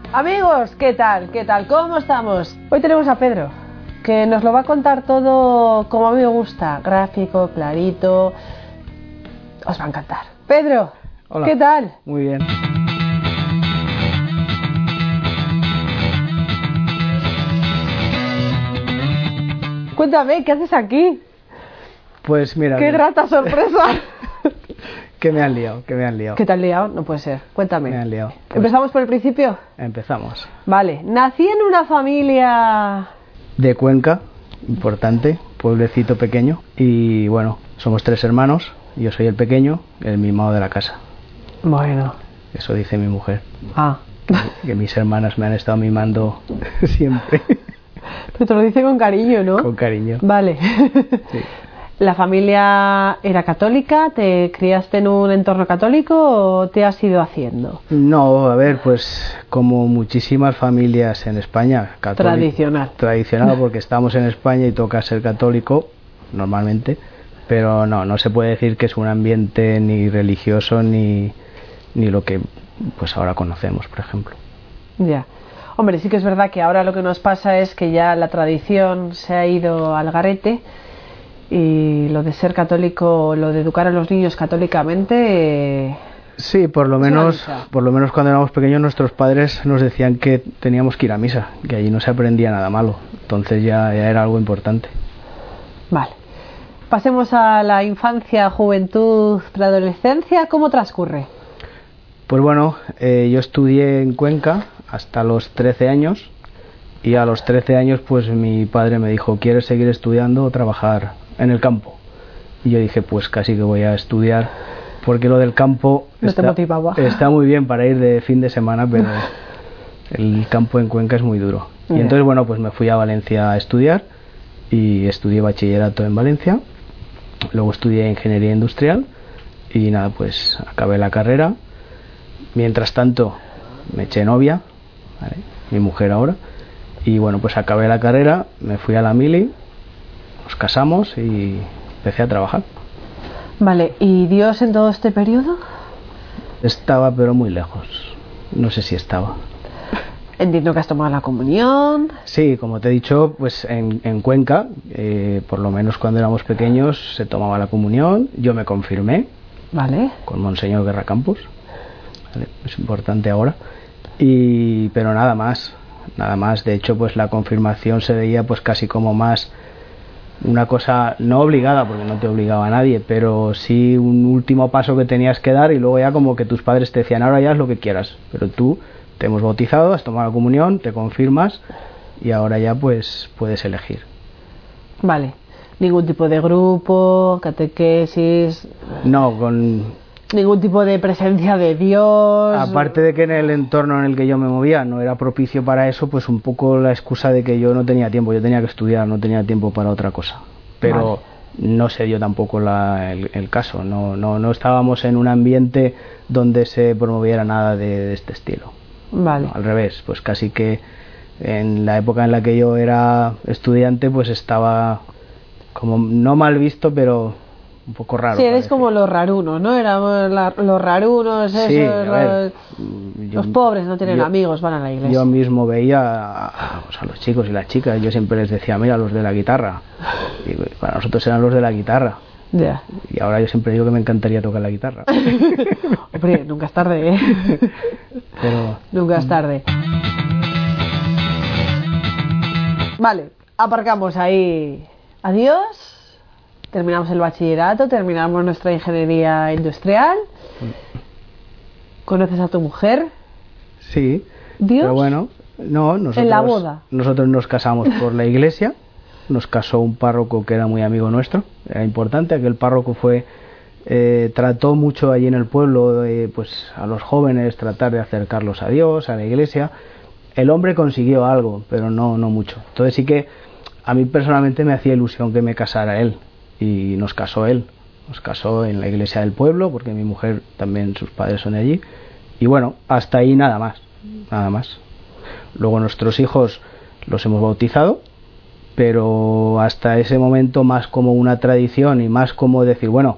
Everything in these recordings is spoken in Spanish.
Amigos, ¿qué tal? ¿Qué tal? ¿Cómo estamos? Hoy tenemos a Pedro, que nos lo va a contar todo como a mí me gusta, gráfico, clarito. Os va a encantar. Pedro, hola. ¿Qué tal? Muy bien. Cuéntame, ¿qué haces aquí? Pues mira... ¡Qué grata sorpresa! que me han liado. ¿Qué te has liado? No puede ser. Cuéntame. Me han liado. Pues, ¿empezamos por el principio? Empezamos. Vale. Nací en una familia... de Cuenca, importante, pueblecito pequeño. Y bueno, somos 3 hermanos. Yo soy el pequeño, el mimado de la casa. Bueno. Eso dice mi mujer. Ah. Que mis hermanas me han estado mimando siempre. Pero te lo dice con cariño, ¿no? Con cariño. Vale. Sí. ¿La familia era católica? ¿Te criaste en un entorno católico o te has ido haciendo? No, a ver, pues como muchísimas familias en España. Tradicional. Tradicional, porque estamos en España y toca ser católico, normalmente. Pero no se puede decir que es un ambiente ni religioso ni lo que pues ahora conocemos, por ejemplo. Ya. Hombre, sí que es verdad que ahora lo que nos pasa es que ya la tradición se ha ido al garete y lo de ser católico, lo de educar a los niños católicamente... Sí, por lo menos cuando éramos pequeños nuestros padres nos decían que teníamos que ir a misa, que allí no se aprendía nada malo, entonces ya era algo importante. Vale. Pasemos a la infancia, juventud, preadolescencia. ¿Cómo transcurre? Pues bueno, yo estudié en Cuenca hasta los 13 años y a los 13 años pues mi padre me dijo, ¿quieres seguir estudiando o trabajar en el campo? Y yo dije, pues casi que voy a estudiar, porque lo del campo no te motivaba. Está muy bien para ir de fin de semana, pero el campo en Cuenca es muy duro. Y entonces bueno, pues me fui a Valencia a estudiar y estudié bachillerato en Valencia, luego estudié ingeniería industrial y nada, pues acabé la carrera. Mientras tanto me eché novia, ¿vale? Mi mujer ahora, y bueno, pues acabé la carrera, me fui a la mili, nos casamos y empecé a trabajar. Vale, ¿y Dios en todo este periodo? Estaba, pero muy lejos, no sé si estaba. Entiendo que has tomado la comunión. Sí, como te he dicho, pues en Cuenca, por lo menos cuando éramos pequeños, se tomaba la comunión, yo me confirmé, vale, con Monseñor Guerra Campos. Es importante ahora, pero nada más, de hecho pues la confirmación se veía pues casi como más una cosa no obligada, porque no te obligaba a nadie, pero sí un último paso que tenías que dar, y luego ya como que tus padres te decían, ahora ya haz lo que quieras, pero tú te hemos bautizado, has tomado la comunión, te confirmas y ahora ya pues puedes elegir. Vale. ¿Ningún tipo de grupo, catequesis? No, con... ¿Ningún tipo de presencia de Dios? Aparte de que en el entorno en el que yo me movía no era propicio para eso, pues un poco la excusa de que yo no tenía tiempo, yo tenía que estudiar, no tenía tiempo para otra cosa. Pero vale, no se dio tampoco el caso, no estábamos en un ambiente donde se promoviera nada de este estilo. Vale. No, al revés, pues casi que en la época en la que yo era estudiante pues estaba como no mal visto, pero un poco raro. Sí, eres como los rarunos, ¿no? Éramos los rarunos, sí, los pobres no tienen amigos, van a la iglesia. Yo mismo veía a los chicos y las chicas, yo siempre les decía, mira, los de la guitarra. Y para nosotros eran los de la guitarra. Ya. Y ahora yo siempre digo que me encantaría tocar la guitarra. Hombre, nunca es tarde, ¿eh? Pero... nunca es tarde. Vale, aparcamos ahí. Adiós. Terminamos el bachillerato, terminamos nuestra ingeniería industrial. ¿Conoces a tu mujer? Sí. ¿Dios? Pero bueno, no, nosotros, en la boda. Nosotros nos casamos por la iglesia. Nos casó un párroco que era muy amigo nuestro. Era importante, aquel párroco trató mucho allí en el pueblo, pues a los jóvenes, tratar de acercarlos a Dios, a la iglesia. El hombre consiguió algo, pero no mucho. Entonces sí que a mí personalmente me hacía ilusión que me casara él. Y nos casó él, nos casó en la iglesia del pueblo, porque mi mujer también, sus padres son de allí, y bueno, hasta ahí nada más. Luego nuestros hijos los hemos bautizado, pero hasta ese momento más como una tradición y más como decir, bueno,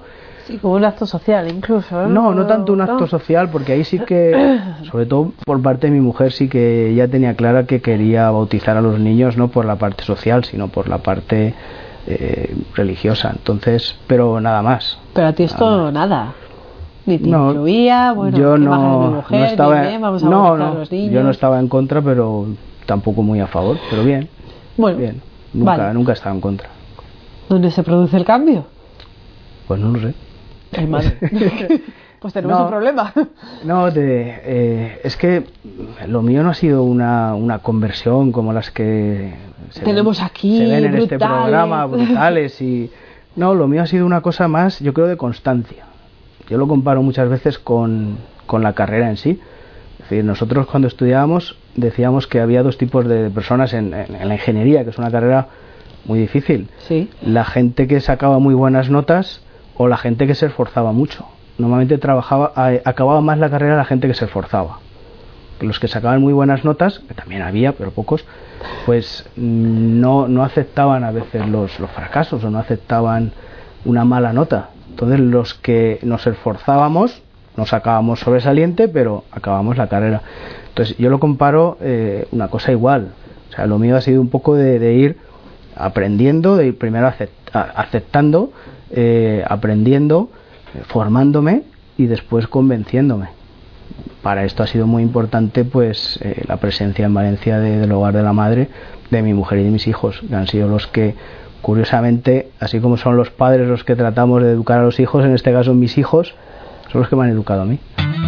Sí, como un acto social incluso, ¿no? No tanto un acto social, porque ahí sí que, sobre todo por parte de mi mujer, sí que ella tenía clara que quería bautizar a los niños no por la parte social, sino por la parte religiosa. Entonces, pero nada más. Pero a ti esto nada. Ni te influía, bueno, yo qué no, maja es mi mujer, no estaba, dime, vamos a bautizar a los niños. Yo no estaba en contra, pero tampoco muy a favor, pero bien. Bueno, bien. vale. Nunca he estado en contra. ¿Dónde se produce el cambio? Pues no lo sé. Ay, madre. Pues tenemos un problema. No, es que lo mío no ha sido una conversión como las que tenemos aquí, se ven en brutales. Este programa, brutales. No, lo mío ha sido una cosa más, yo creo, de constancia. Yo lo comparo muchas veces con la carrera en sí. Es decir, nosotros cuando estudiábamos decíamos que había dos tipos de personas en la ingeniería, que es una carrera muy difícil. Sí. La gente que sacaba muy buenas notas o la gente que se esforzaba mucho. Normalmente acababa más la carrera la gente que se esforzaba. Los que sacaban muy buenas notas, que también había, pero pocos, pues no aceptaban a veces los fracasos o no aceptaban una mala nota. Entonces los que nos esforzábamos, no sacábamos sobresaliente, pero acabamos la carrera. Entonces yo lo comparo una cosa igual. O sea, lo mío ha sido un poco de ir aprendiendo, de ir primero aceptando, aprendiendo, formándome y después convenciéndome. Para esto ha sido muy importante pues la presencia en Valencia del Hogar de la Madre, de mi mujer y de mis hijos, que han sido los que, curiosamente, así como son los padres los que tratamos de educar a los hijos, en este caso mis hijos son los que me han educado a mí.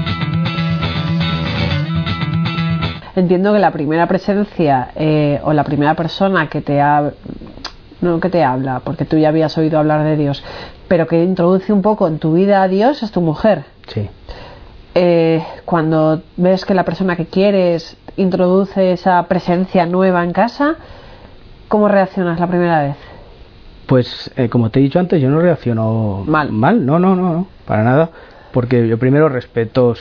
Entiendo que la primera presencia o la primera persona que te habla, porque tú ya habías oído hablar de Dios, pero que introduce un poco en tu vida a Dios es tu mujer. Sí. Cuando ves que la persona que quieres introduce esa presencia nueva en casa, ¿cómo reaccionas la primera vez? Pues como te he dicho antes, yo no reacciono mal, no, para nada, porque yo primero respetaba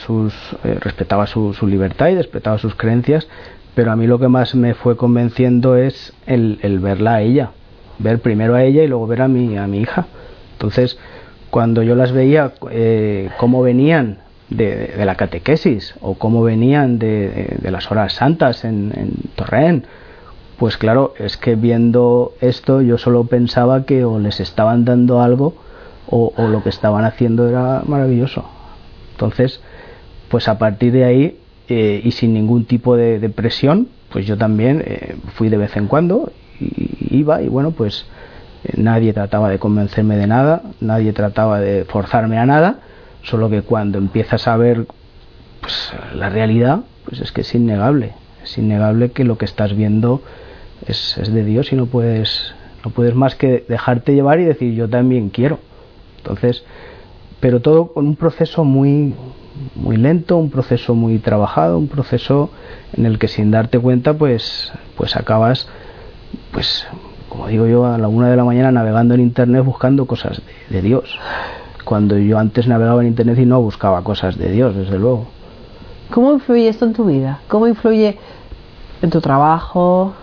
su libertad y respetaba sus creencias, pero a mí lo que más me fue convenciendo es el verla a ella, ver primero a ella y luego ver a mi hija. Entonces, cuando yo las veía cómo venían de la catequesis o cómo venían de las horas santas en Torrent, pues claro, es que viendo esto yo solo pensaba que o les estaban dando algo o lo que estaban haciendo era maravilloso. Entonces, pues a partir de ahí y sin ningún tipo de presión, pues yo también fui de vez en cuando y iba y bueno, pues nadie trataba de convencerme de nada, nadie trataba de forzarme a nada, solo que cuando empiezas a ver pues la realidad, pues es que es innegable que lo que estás viendo es de Dios y no puedes más que dejarte llevar y decir yo también quiero. Entonces, pero todo con un proceso muy muy lento, un proceso muy trabajado, un proceso en el que sin darte cuenta pues acabas, pues como digo yo, a la 1 de la mañana navegando en internet buscando cosas de Dios, cuando yo antes navegaba en internet y no buscaba cosas de Dios, desde luego. ¿Cómo influye esto en tu vida? ¿Cómo influye en tu trabajo?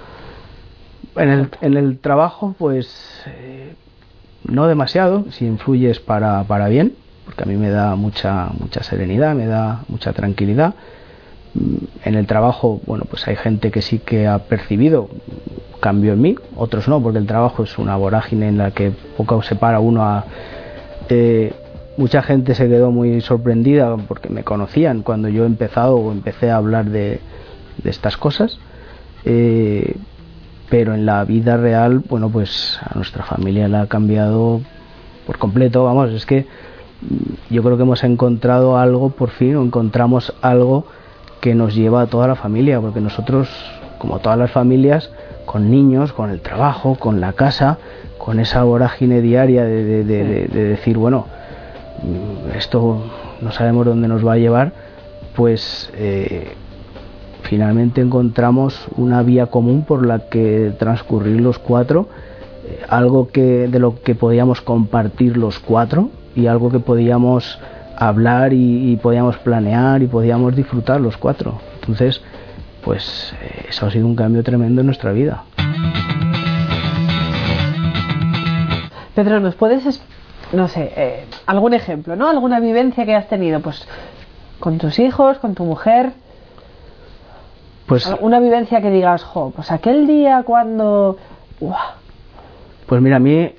En el trabajo pues no demasiado, si influyes para bien, porque a mí me da mucha serenidad, me da mucha tranquilidad. En el trabajo, bueno, pues hay gente que sí que ha percibido cambio en mí, otros no, porque el trabajo es una vorágine en la que poco separa uno a... mucha gente se quedó muy sorprendida porque me conocían cuando yo empecé a hablar de estas cosas, pero en la vida real, bueno, pues a nuestra familia la ha cambiado por completo. Vamos, es que yo creo que hemos encontrado algo, por fin, o encontramos algo que nos lleva a toda la familia, porque nosotros, como todas las familias, con niños, con el trabajo, con la casa, con esa vorágine diaria de decir, bueno, esto no sabemos dónde nos va a llevar, pues finalmente encontramos una vía común por la que transcurrir los cuatro, algo de lo que podíamos compartir los cuatro y algo que podíamos hablar y podíamos planear y podíamos disfrutar los cuatro. Entonces, pues eso ha sido un cambio tremendo en nuestra vida. Pedro, ¿nos puedes no sé, algún ejemplo, ¿no? Alguna vivencia que has tenido, pues, con tus hijos, con tu mujer. Pues una vivencia que digas, jo, pues aquel día cuando... ¡Uah! Pues mira, a mí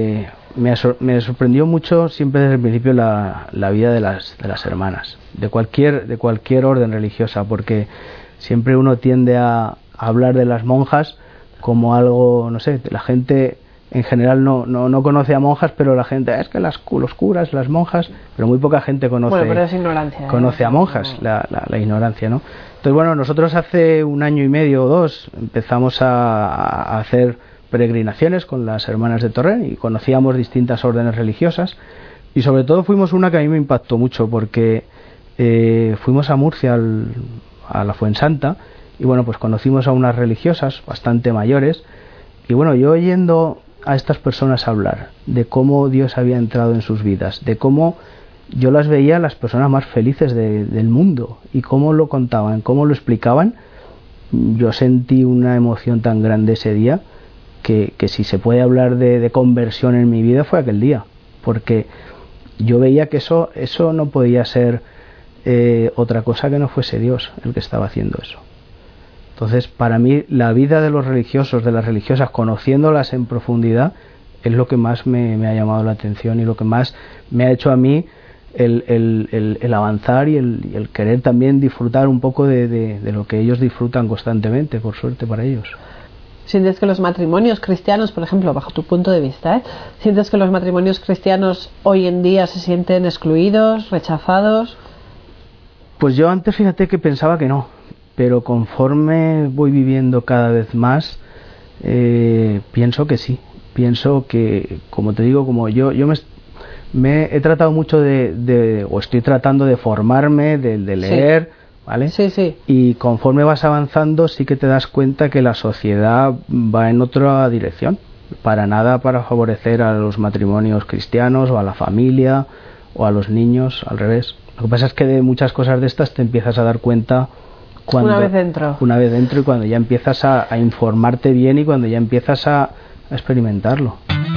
me sorprendió mucho siempre desde el principio la vida de las hermanas, de cualquier orden religiosa, porque siempre uno tiende a hablar de las monjas como algo, no sé, la gente en general no conoce a monjas, pero la gente, es que los curas, las monjas, pero muy poca gente conoce, bueno, pero es ignorancia, conoce a monjas, la ignorancia, ¿no? Entonces, bueno, nosotros hace 1 año y medio o 2 empezamos a hacer peregrinaciones con las hermanas de Torrent y conocíamos distintas órdenes religiosas, y sobre todo fuimos una que a mí me impactó mucho, porque fuimos a Murcia, a la Fuensanta, y bueno, pues conocimos a unas religiosas bastante mayores, y bueno, yo oyendo a estas personas hablar de cómo Dios había entrado en sus vidas, de cómo yo las veía las personas más felices del mundo, y cómo lo contaban, cómo lo explicaban, yo sentí una emoción tan grande ese día, que si se puede hablar de conversión en mi vida fue aquel día, porque yo veía que eso no podía ser otra cosa que no fuese Dios el que estaba haciendo eso. Entonces, para mí, la vida de los religiosos, de las religiosas, conociéndolas en profundidad, es lo que más me ha llamado la atención y lo que más me ha hecho a mí el avanzar y el querer también disfrutar un poco de lo que ellos disfrutan constantemente, por suerte para ellos. ¿Sientes que los matrimonios cristianos, por ejemplo, bajo tu punto de vista, sientes que los matrimonios cristianos hoy en día se sienten excluidos, rechazados? Pues yo antes, fíjate que pensaba que no, pero conforme voy viviendo cada vez más, pienso que sí. Pienso que, como te digo, como yo me he tratado mucho o estoy tratando de formarme, de leer, sí. ¿Vale? Sí, sí. Y conforme vas avanzando sí que te das cuenta que la sociedad va en otra dirección, para nada para favorecer a los matrimonios cristianos o a la familia o a los niños, al revés. Lo que pasa es que de muchas cosas de estas te empiezas a dar cuenta una vez dentro y cuando ya empiezas a informarte bien y cuando ya empiezas a experimentarlo.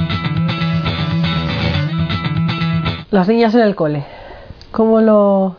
Las niñas en el cole, ¿cómo lo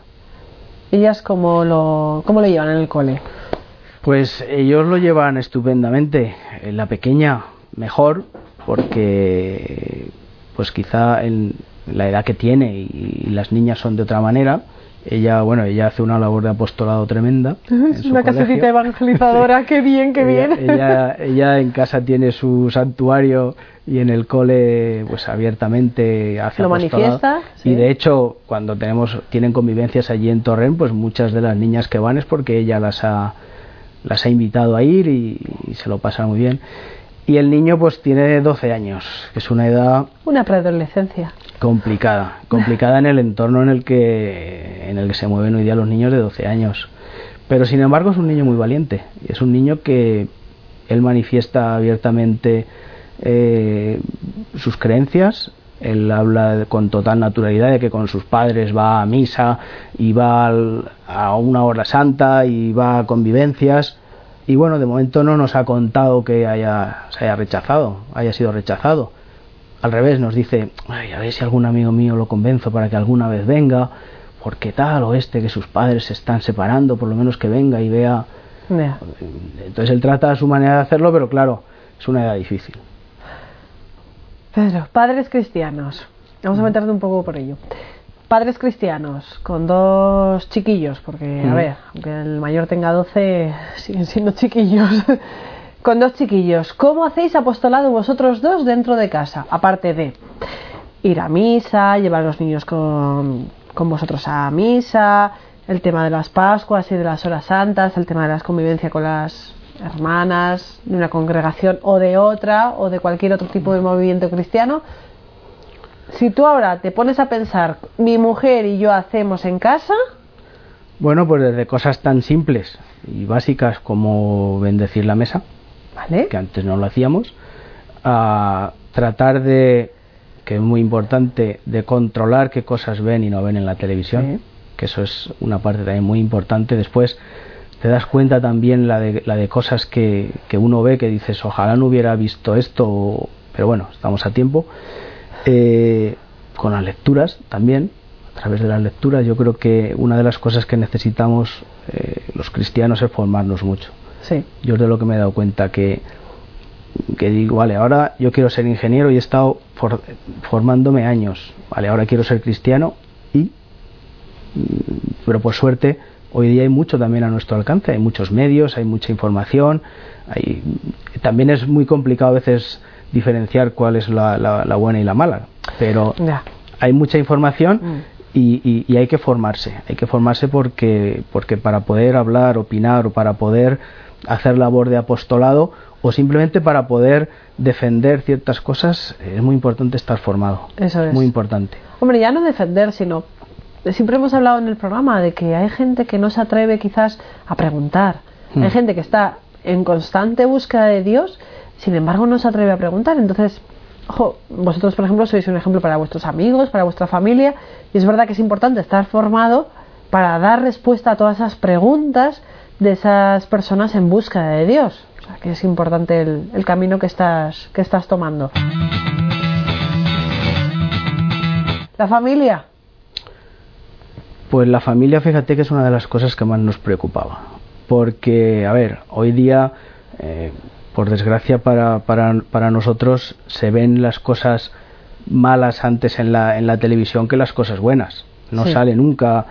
llevan en el cole? Pues ellos lo llevan estupendamente. La pequeña mejor, porque pues quizá en la edad que tiene y las niñas son de otra manera. Ella hace una labor de apostolado tremenda. Es una casetita evangelizadora, qué bien, qué bien. Ella en casa tiene su santuario y en el cole pues abiertamente hace lo apostolado. Manifiesta, sí. Y de hecho cuando tienen convivencias allí en Torrent, pues muchas de las niñas que van es porque ella las ha invitado a ir y se lo pasa muy bien. Y el niño pues tiene 12 años, que es una edad... Una preadolescencia. Complicada en el entorno en el que se mueven hoy día los niños de 12 años. Pero sin embargo es un niño muy valiente. Es un niño que él manifiesta abiertamente sus creencias. Él habla con total naturalidad de que con sus padres va a misa y va a una hora santa y va a convivencias. Y bueno, de momento no nos ha contado que se haya sido rechazado. Al revés, nos dice, ay, a ver si algún amigo mío lo convenzo para que alguna vez venga, porque tal o que sus padres se están separando, por lo menos que venga y vea. Yeah. Entonces él trata a su manera de hacerlo, pero claro, es una edad difícil. Pedro, padres cristianos, vamos a meternos un poco por ello. Padres cristianos con 2 chiquillos, porque a ver, aunque el mayor tenga 12, siguen siendo chiquillos. Con 2 chiquillos, ¿cómo hacéis apostolado vosotros 2 dentro de casa? Aparte de ir a misa, llevar a los niños con vosotros a misa, el tema de las Pascuas y de las horas santas, el tema de la convivencia con las hermanas de una congregación o de otra, o de cualquier otro tipo de movimiento cristiano. Si tú ahora te pones a pensar, mi mujer y yo hacemos en casa... Bueno, pues desde cosas tan simples y básicas como bendecir la mesa, ¿vale?, que antes no lo hacíamos, a tratar de, que es muy importante, de controlar qué cosas ven y no ven en la televisión, sí, que eso es una parte también muy importante. Después te das cuenta también la de cosas que uno ve que dices, ojalá no hubiera visto esto, pero bueno, estamos a tiempo. con las lecturas también. A través de las lecturas, yo creo que una de las cosas que necesitamos los cristianos es formarnos mucho. Sí. Yo es de lo que me he dado cuenta que digo, vale, ahora yo quiero ser ingeniero y he estado formándome años, vale, ahora quiero ser cristiano pero por suerte hoy día hay mucho también a nuestro alcance, hay muchos medios, hay mucha información, también es muy complicado a veces diferenciar cuál es la buena y la mala, pero hay mucha información y hay que formarse porque para poder hablar, opinar o para poder hacer labor de apostolado o simplemente para poder defender ciertas cosas es muy importante estar formado. Eso es. Muy importante. Hombre, ya no defender, sino siempre hemos hablado en el programa de que hay gente que no se atreve quizás a preguntar. Hay gente que está en constante búsqueda de Dios, sin embargo no se atreve a preguntar. Entonces, ojo, vosotros por ejemplo sois un ejemplo para vuestros amigos, para vuestra familia, y es verdad que es importante estar formado para dar respuesta a todas esas preguntas de esas personas en búsqueda de Dios. O sea, que es importante el camino que estás tomando. ¿La familia? Pues la familia, fíjate que es una de las cosas que más nos preocupaba. Porque, a ver, hoy día, por desgracia para nosotros, se ven las cosas malas antes en la televisión que las cosas buenas. No sale nunca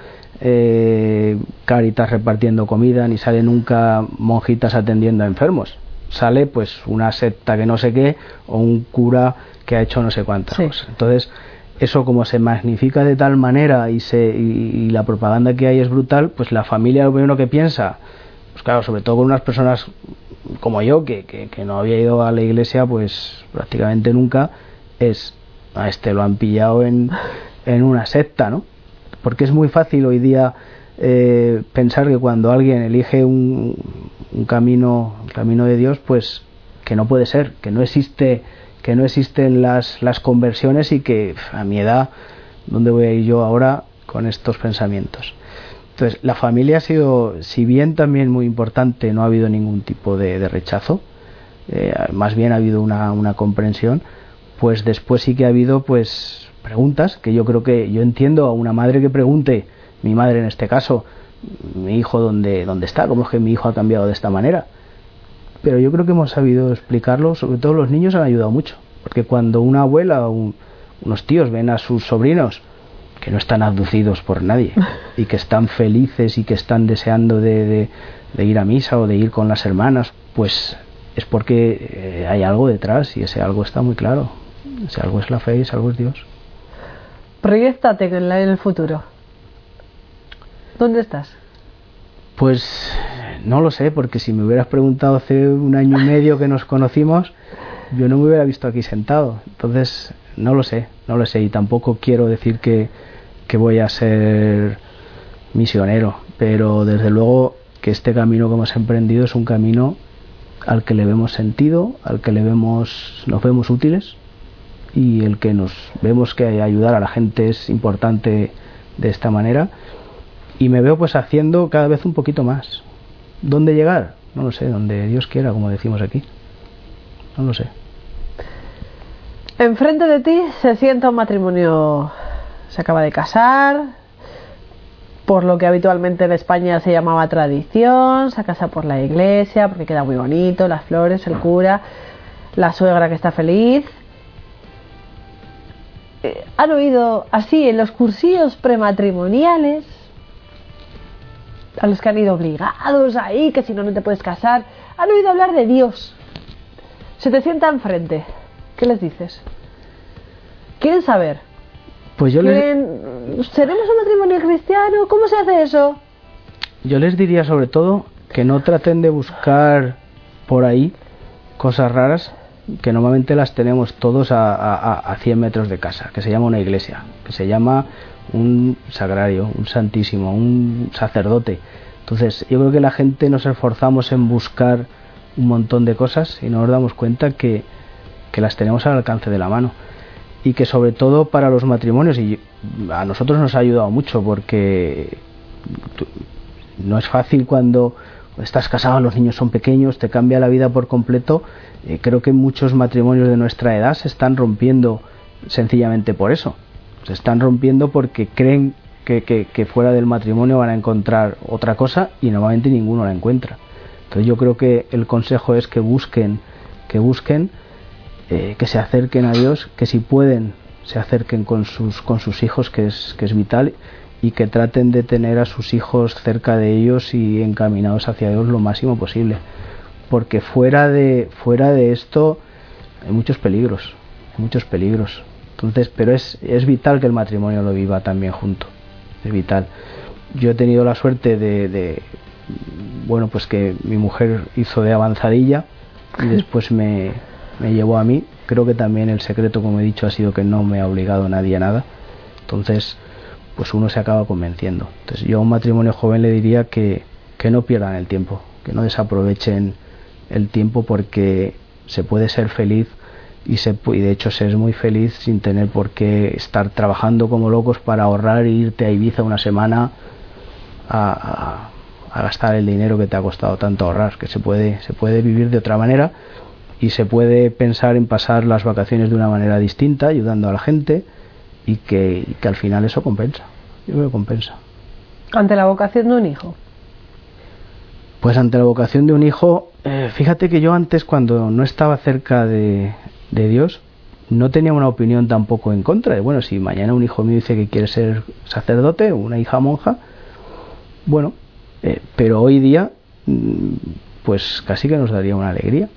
Cáritas repartiendo comida, ni sale nunca monjitas atendiendo a enfermos. Sale pues una secta que no sé qué, o un cura que ha hecho no sé cuántas cosas. Entonces, eso como se magnifica de tal manera y la propaganda que hay es brutal, pues la familia lo primero que piensa, pues claro, sobre todo con unas personas como yo, que no había ido a la iglesia pues prácticamente nunca, es a este lo han pillado en una secta, ¿no? Porque es muy fácil hoy día pensar que cuando alguien elige un camino de Dios, pues que no puede ser, que no existen las conversiones y que a mi edad, ¿dónde voy a ir yo ahora con estos pensamientos? Entonces, la familia ha sido, si bien también muy importante, no ha habido ningún tipo de rechazo, más bien ha habido una comprensión, pues después sí que ha habido pues preguntas que yo creo que yo entiendo a una madre que pregunte, mi madre en este caso, mi hijo dónde está, cómo es que mi hijo ha cambiado de esta manera, pero yo creo que hemos sabido explicarlo. Sobre todo los niños han ayudado mucho, porque cuando una abuela o unos tíos ven a sus sobrinos que no están abducidos por nadie y que están felices y que están deseando de ir a misa o de ir con las hermanas, pues es porque hay algo detrás y ese algo está muy claro. Ese algo es la fe y ese algo es Dios. Proyéctate en el futuro. ¿Dónde estás? Pues no lo sé, porque si me hubieras preguntado hace un año y medio que nos conocimos, yo no me hubiera visto aquí sentado. Entonces no lo sé y tampoco quiero decir que voy a ser misionero, pero desde luego que este camino que hemos emprendido es un camino al que le vemos sentido, al que nos vemos útiles, y el que nos vemos que ayudar a la gente es importante de esta manera, y me veo pues haciendo cada vez un poquito más. ¿Dónde llegar? No lo sé, donde Dios quiera, como decimos aquí. No lo sé. Enfrente de ti se sienta un matrimonio, se acaba de casar, por lo que habitualmente en España se llamaba tradición, se casa por la iglesia porque queda muy bonito, las flores, el cura, la suegra que está feliz. ¿Han oído así en los cursillos prematrimoniales, a los que han ido obligados ahí, que si no, no te puedes casar? ¿Han oído hablar de Dios? Se te sienta enfrente, ¿qué les dices? ¿Quieren saber? Pues ¿Seremos un matrimonio cristiano? ¿Cómo se hace eso? Yo les diría sobre todo que no traten de buscar por ahí cosas raras, que normalmente las tenemos todos a 100 metros de casa, que se llama una iglesia, que se llama un sagrario, un santísimo, un sacerdote. Entonces yo creo que la gente nos esforzamos en buscar un montón de cosas y no nos damos cuenta que las tenemos al alcance de la mano, y que sobre todo para los matrimonios, y a nosotros nos ha ayudado mucho, porque no es fácil cuando estás casado, los niños son pequeños, te cambia la vida por completo. Creo que muchos matrimonios de nuestra edad se están rompiendo sencillamente por eso. Se están rompiendo porque creen que fuera del matrimonio van a encontrar otra cosa y normalmente ninguno la encuentra. Entonces yo creo que el consejo es que busquen, que se acerquen a Dios, que si pueden se acerquen con sus hijos, que es vital, y que traten de tener a sus hijos cerca de ellos y encaminados hacia Dios lo máximo posible, porque fuera de esto hay muchos peligros. Entonces, pero es vital que el matrimonio lo viva también junto, es vital. Yo he tenido la suerte de bueno, pues que mi mujer hizo de avanzadilla y después me llevó a mí. Creo que también el secreto, como he dicho, ha sido que no me ha obligado nadie a nada. Entonces, pues uno se acaba convenciendo. Entonces yo a un matrimonio joven le diría que no pierdan el tiempo, que no desaprovechen el tiempo, porque se puede ser feliz y de hecho se es muy feliz sin tener por qué estar trabajando como locos para ahorrar e irte a Ibiza una semana a gastar el dinero que te ha costado tanto ahorrar. Que se puede vivir de otra manera y se puede pensar en pasar las vacaciones de una manera distinta, ayudando a la gente, y que al final eso compensa. Yo creo que compensa. ¿Ante la vocación de un hijo? Pues ante la vocación de un hijo, fíjate que yo antes, cuando no estaba cerca de Dios, no tenía una opinión tampoco en contra de, bueno, si mañana un hijo mío dice que quiere ser sacerdote o una hija monja, bueno, pero hoy día pues casi que nos daría una alegría.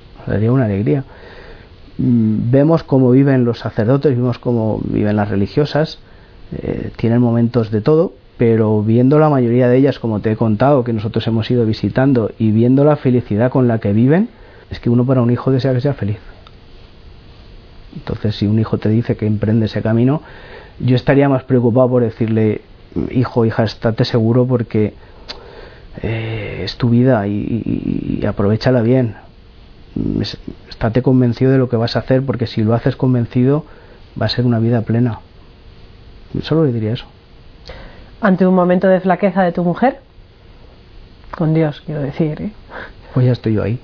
Vemos cómo viven los sacerdotes, vemos cómo viven las religiosas, tienen momentos de todo, pero viendo la mayoría de ellas, como te he contado, que nosotros hemos ido visitando, y viendo la felicidad con la que viven, es que uno para un hijo desea que sea feliz. Entonces, si un hijo te dice que emprende ese camino, yo estaría más preocupado por decirle, hijo, hija, estate seguro, porque es tu vida y aprovéchala bien. Estate convencido de lo que vas a hacer, porque si lo haces convencido va a ser una vida plena. Solo le diría eso. Ante un momento de flaqueza de tu mujer, con Dios quiero decir, ¿eh? Pues ya estoy yo ahí.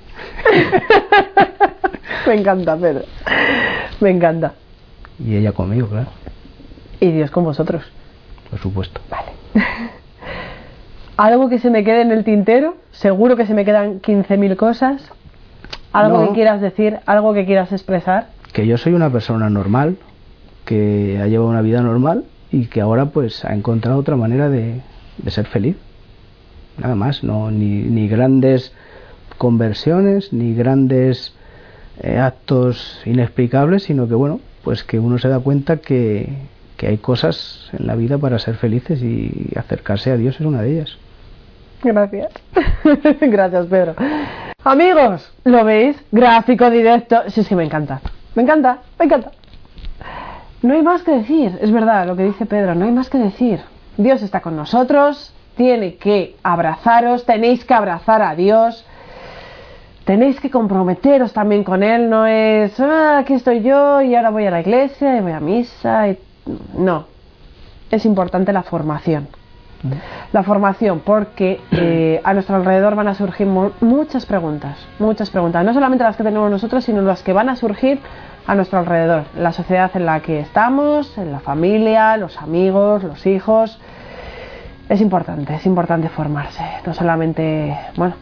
Me encanta, Pedro, me encanta. Y ella conmigo, claro. Y Dios con vosotros, por supuesto. Vale. ¿Algo que se me quede en el tintero? Seguro que se me quedan 15.000 cosas. ¿Algo que quieras decir? ¿Algo que quieras expresar? Que yo soy una persona normal, que ha llevado una vida normal y que ahora pues ha encontrado otra manera de ser feliz. Nada más, no ni grandes conversiones, ni grandes actos inexplicables, sino que bueno, pues que uno se da cuenta que hay cosas en la vida para ser felices, y acercarse a Dios es una de ellas. Gracias. Gracias, Pedro. Amigos, ¿lo veis? Gráfico directo. Sí, me encanta. Me encanta. No hay más que decir. Es verdad lo que dice Pedro, no hay más que decir. Dios está con nosotros, tiene que abrazaros, tenéis que abrazar a Dios, tenéis que comprometeros también con Él. No es, aquí estoy yo y ahora voy a la iglesia y voy a misa. No. Es importante la formación. La formación, porque a nuestro alrededor van a surgir muchas preguntas, no solamente las que tenemos nosotros, sino las que van a surgir a nuestro alrededor, la sociedad en la que estamos, en la familia, los amigos, los hijos. Es importante formarse, no solamente, bueno,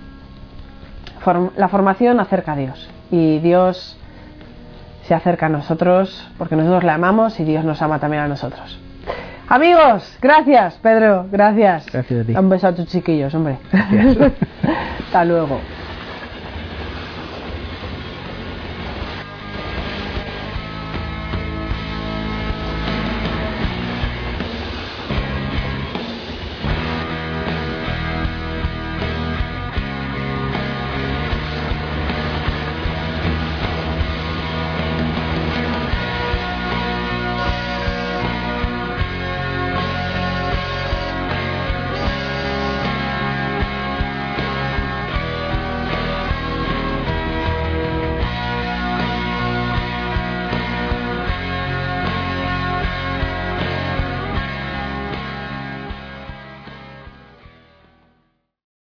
la formación acerca a Dios, y Dios se acerca a nosotros porque nosotros le amamos y Dios nos ama también a nosotros. Amigos, gracias, Pedro, gracias. Gracias a ti. Un beso a tus chiquillos, hombre. Hasta luego.